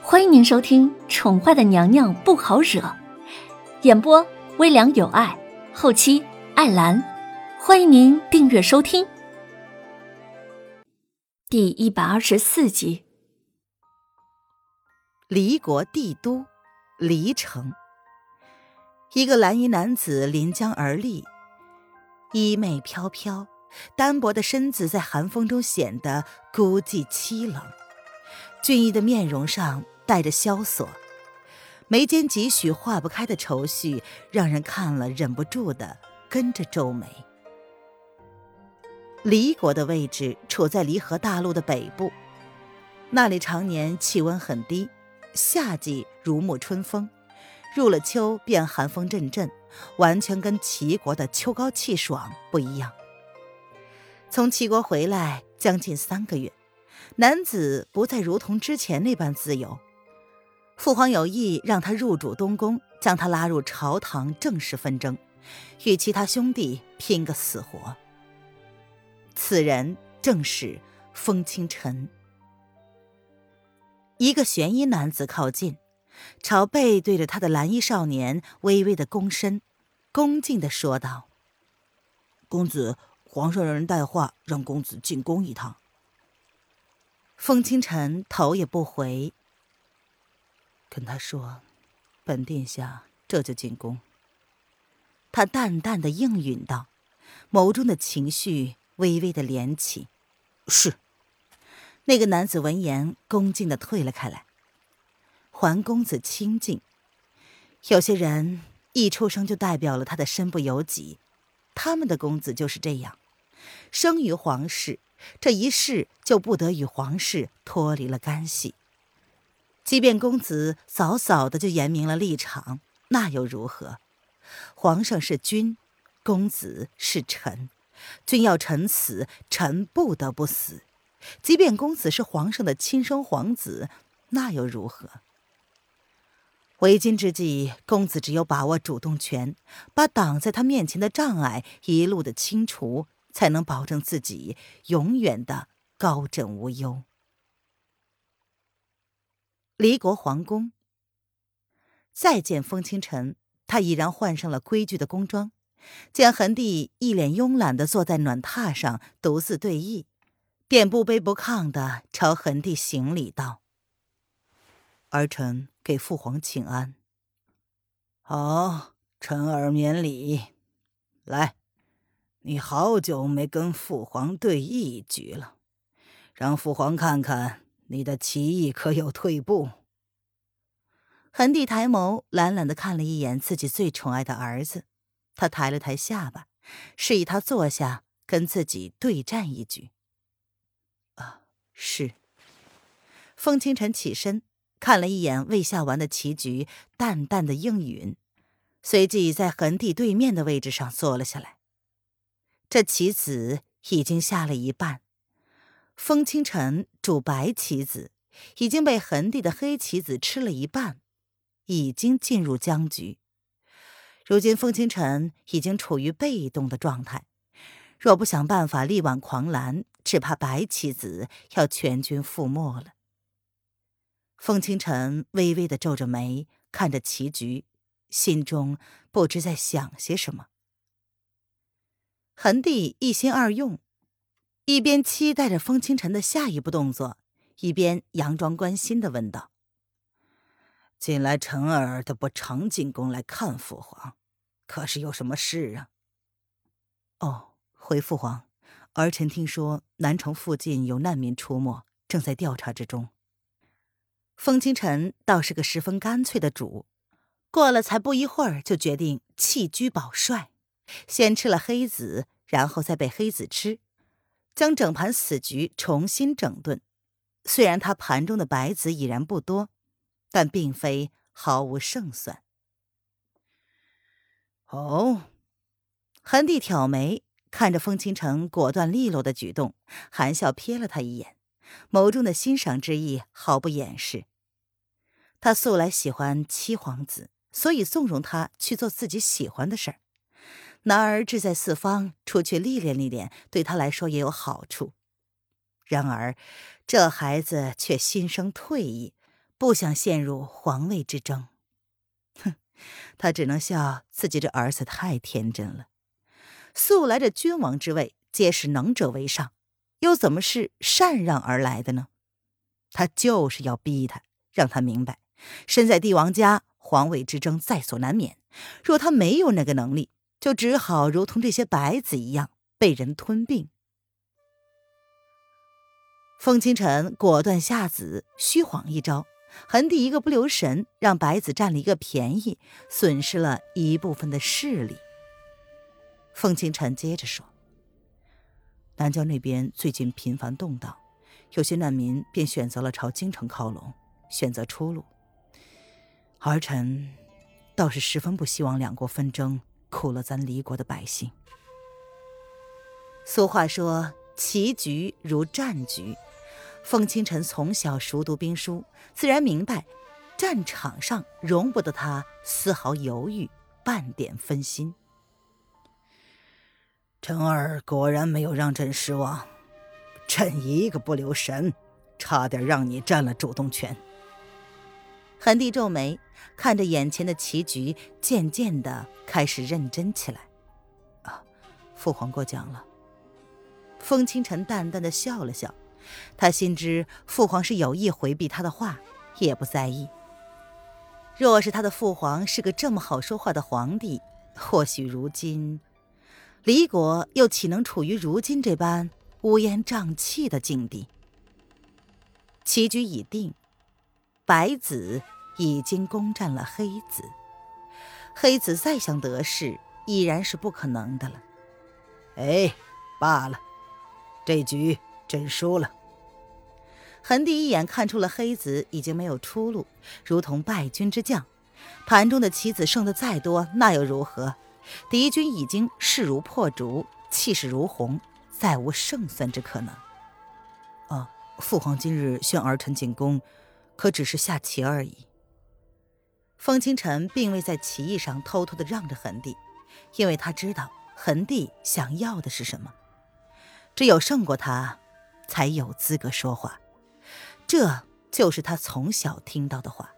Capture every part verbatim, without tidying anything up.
欢迎您收听《宠坏的娘娘不好惹》，演播微凉有爱，后期艾兰。欢迎您订阅收听。第一百二十四集。 离国帝都黎城，一个蓝衣男子临江而立，衣袂飘飘，单薄的身子在寒风中显得孤寂凄冷。俊逸的面容上带着萧索，眉间几许化不开的愁绪，让人看了忍不住的跟着皱眉。黎国的位置处在离河大陆的北部，那里常年气温很低，夏季如沐春风，入了秋便寒风阵阵，完全跟齐国的秋高气爽不一样。从齐国回来将近三个月，男子不再如同之前那般自由。父皇有意让他入主东宫，将他拉入朝堂正式纷争，与其他兄弟拼个死活。此人正是风清晨。一个玄衣男子靠近，朝背对着他的蓝衣少年微微的躬身，恭敬地说道：“ 公子，皇上让人带话，让公子进宫一趟。” 风清晨头也不回，跟他说：“本殿下这就进宫。”他淡淡的应允道，眸中的情绪微微的连起。 是。 那个男子闻言恭敬地退了开来。桓公子清静，有些人一出生就代表了他的身不由己，他们的公子就是这样，生于皇室，这一世就不得与皇室脱离了干系。即便公子早早的就言明了立场，那又如何？皇上是君，公子是臣，君要臣死，臣不得不死。即便公子是皇上的亲生皇子，那又如何？为今之计，公子只有把握主动权，把挡在他面前的障碍一路的清除，才能保证自己永远的高枕无忧。离国皇宫，再见风清晨，他已然换上了规矩的宫装，见桓帝一脸慵懒地坐在暖榻上独自对弈，便不卑不亢地朝桓帝行礼道：“ 儿臣给父皇请安。”“好，臣儿免礼。来，你好久没跟父皇对弈一局了，让父皇看看你的棋艺可有退步。” 桓帝抬眸懒懒地看了一眼自己最宠爱的儿子，他抬了抬下巴，示意他坐下跟自己对战一局。啊，是。风清晨起身看了一眼未下完的棋局，淡淡的应允，随即在桓帝对面的位置上坐了下来。这棋子已经下了一半，风清晨主白棋子已经被桓帝的黑棋子吃了一半，已经进入僵局。如今风清晨已经处于被动的状态，若不想办法力挽狂澜，只怕白棋子要全军覆没了。风清晨微微地皱着眉，看着棋局，心中不知在想些什么。桓帝一心二用，一边期待着风清晨的下一步动作，一边佯装关心地问道：“ 近来臣儿都不常进宫来看父皇，可是有什么事啊？”“ 哦，回父皇，儿臣听说南城附近有难民出没，正在调查之中。”风清晨倒是个十分干脆的主，过了才不一会儿就决定弃车保帅，先吃了黑子，然后再被黑子吃，将整盘死局重新整顿。虽然他盘中的白子已然不多，但并非毫无胜算。 哦， 桓帝挑眉看着风清晨果断利落的举动，含笑瞥了他一眼，眸中的欣赏之意毫不掩饰。他素来喜欢七皇子，所以纵容他去做自己喜欢的事儿。男儿志在四方，出去历练历练，对他来说也有好处。然而，这孩子却心生退意， 不想陷入皇位之争。哼，他只能笑自己这儿子太天真了。素来这君王之位皆是能者为上，又怎么是禅让而来的呢？他就是要逼他，让他明白，身在帝王家，皇位之争在所难免。若他没有那个能力，就只好如同这些白子一样被人吞并。风清晨果断下旨，虚晃一招，恒帝一个不留神，让白子占了一个便宜，损失了一部分的势力。风清晨接着说，南郊那边最近频繁动荡，有些难民便选择了朝京城靠拢，选择出路。儿臣倒是十分不希望两国纷争苦了咱离国的百姓。俗话说，棋局如战局。风清晨从小熟读兵书，自然明白战场上容不得他丝毫犹豫，半点分心。 臣儿果然没有让朕失望，朕一个不留神，差点让你占了主动权。 恒帝皱眉，看着眼前的棋局，渐渐地开始认真起来。啊，父皇过奖了。风清晨淡淡地笑了笑，他心知父皇是有意回避他的话，也不在意。若是他的父皇是个这么好说话的皇帝，或许如今离国又岂能处于如今这般乌烟瘴气的境地？棋局已定，白子已经攻占了黑子，黑子再想得势，已然是不可能的了。 哎，罢了，这局朕输了。 恒帝一眼看出了黑子已经没有出路，如同败军之将，盘中的棋子剩得再多，那又如何？敌军已经势如破竹，气势如虹，再无胜算之可能。 啊，父皇今日宣儿臣进宫，可只是下棋而已。 风清晨并未在棋艺上偷偷地让着恒帝，因为他知道恒帝想要的是什么，只有胜过他，才有资格说话。这就是他从小听到的话。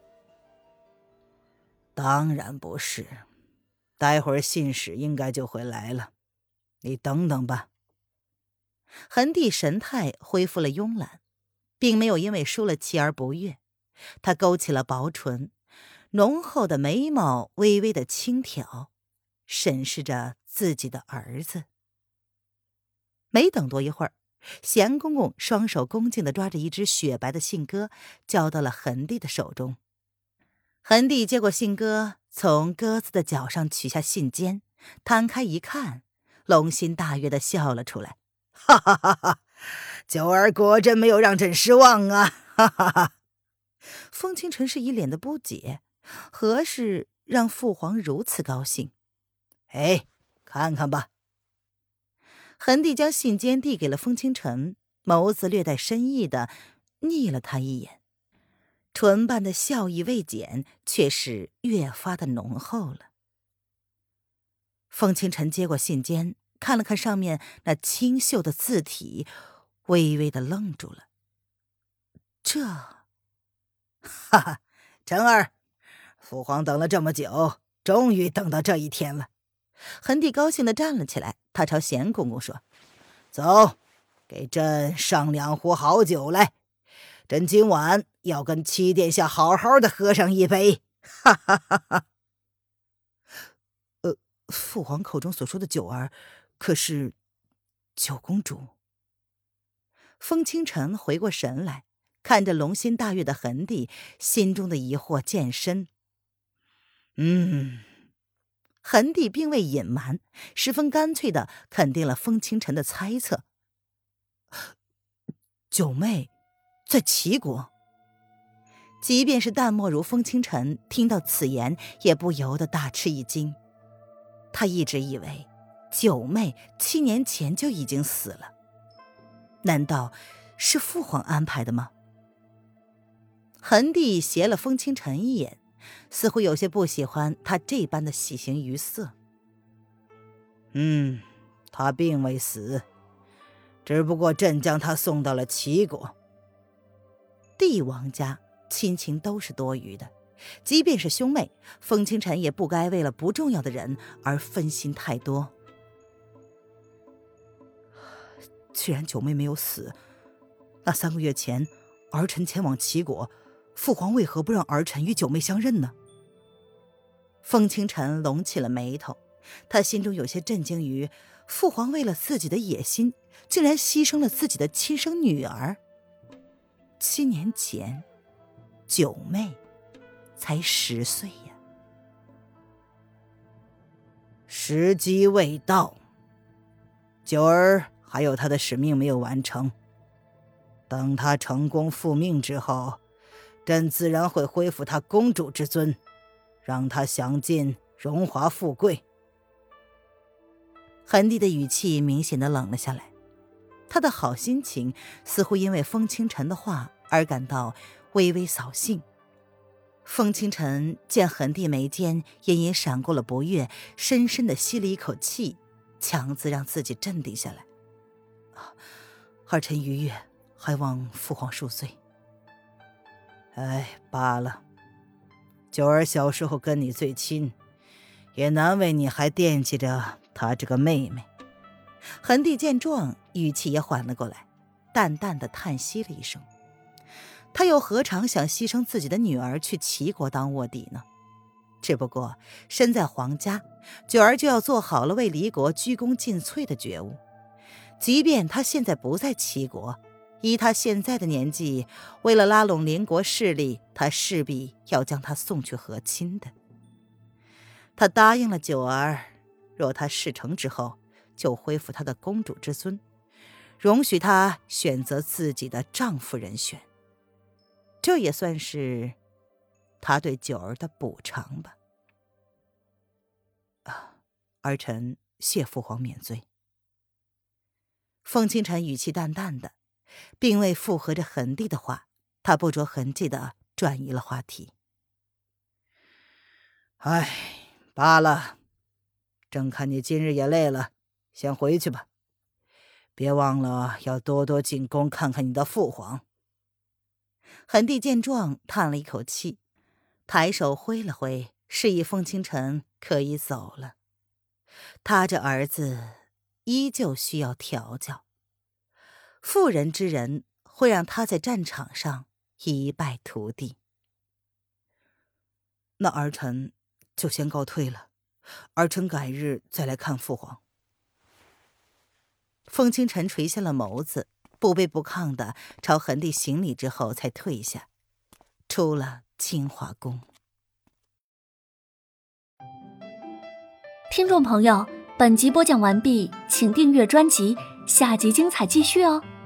当然不是，待会儿信使应该就会来了，你等等吧。 恒帝神态恢复了慵懒，并没有因为输了棋而不悦。他勾起了薄唇，浓厚的眉毛微微的轻挑，审视着自己的儿子。没等多一会儿，咸公公双手恭敬地抓着一只雪白的信鸽，交到了恒帝的手中。恒帝接过信鸽，从鸽子的脚上取下信笺，摊开一看，龙心大悦地笑了出来。 哈哈哈哈！九儿果真没有让朕失望啊！哈哈哈！ 风清晨是一脸的不解，何事让父皇如此高兴？ 哎，看看吧。 恒帝将信笺递给了风清晨，眸子略带深意的睨了他一眼，唇瓣的笑意未减，却是越发的浓厚了。风清晨接过信笺，看了看上面那清秀的字体，微微的愣住了。这， 哈哈，晨儿，父皇等了这么久，终于等到这一天了。 恒帝高兴地站了起来，他朝咸公公说：“ 走，给朕上两壶好酒来，朕今晚要跟七殿下好好的喝上一杯。”哈哈哈哈。 呃，父皇口中所说的九儿，可是九公主？风清晨回过神来，看着龙心大悦的恒帝，心中的疑惑渐深。 嗯。 恒帝并未隐瞒，十分干脆地肯定了风清晨的猜测。九妹在齐国。即便是淡漠如风清晨，听到此言也不由得大吃一惊。他一直以为九妹七年前就已经死了，难道是父皇安排的吗？恒帝斜了风清晨一眼，似乎有些不喜欢他这般的喜形于色。 嗯，他并未死，只不过朕将他送到了齐国。 帝王家亲情都是多余的，即便是兄妹，风清晨也不该为了不重要的人而分心太多。 既然九妹没有死，那三个月前儿臣前往齐国，父皇为何不让儿臣与九妹相认呢？ 风清晨拢起了眉头，他心中有些震惊于父皇为了自己的野心，竟然牺牲了自己的亲生女儿。七年前，九妹才十岁呀。 时机未到，九儿还有他的使命没有完成。等他成功复命之后，朕自然会恢复他公主之尊，让他享尽荣华富贵。 桓帝的语气明显的冷了下来，他的好心情似乎因为风清晨的话而感到微微扫兴。风清晨见桓帝眉间隐隐闪过了不悦，深深的吸了一口气，强自让自己镇定下来。 儿臣逾越，还望父皇恕罪。哎，罢了，九儿小时候跟你最亲，也难为你还惦记着她这个妹妹。 桓帝见状，语气也缓了过来，淡淡的叹息了一声。他又何尝想牺牲自己的女儿去齐国当卧底呢？只不过身在皇家，九儿就要做好了为离国鞠躬尽瘁的觉悟。即便他现在不在齐国，以他现在的年纪，为了拉拢邻国势力，他势必要将他送去和亲的。他答应了九儿，若他事成之后，就恢复他的公主之尊，容许他选择自己的丈夫人选。这也算是他对九儿的补偿吧。 啊，儿臣谢父皇免罪。 风清晨语气淡淡的，并未附和着桓帝的话，他不着痕迹的转移了话题。 唉，罢了，朕看你今日也累了，先回去吧。别忘了要多多进宫看看你的父皇。 桓帝见状叹了一口气，抬手挥了挥，示意风清晨可以走了。他这儿子依旧需要调教，妇人之仁会让他在战场上一败涂地。 那儿臣就先告退了，儿臣改日再来看父皇。 风清晨垂下了眸子，不卑不亢地朝桓帝行礼之后才退下，出了清华宫。 听众朋友，本集播讲完毕，请订阅专辑，下集精彩继续哦。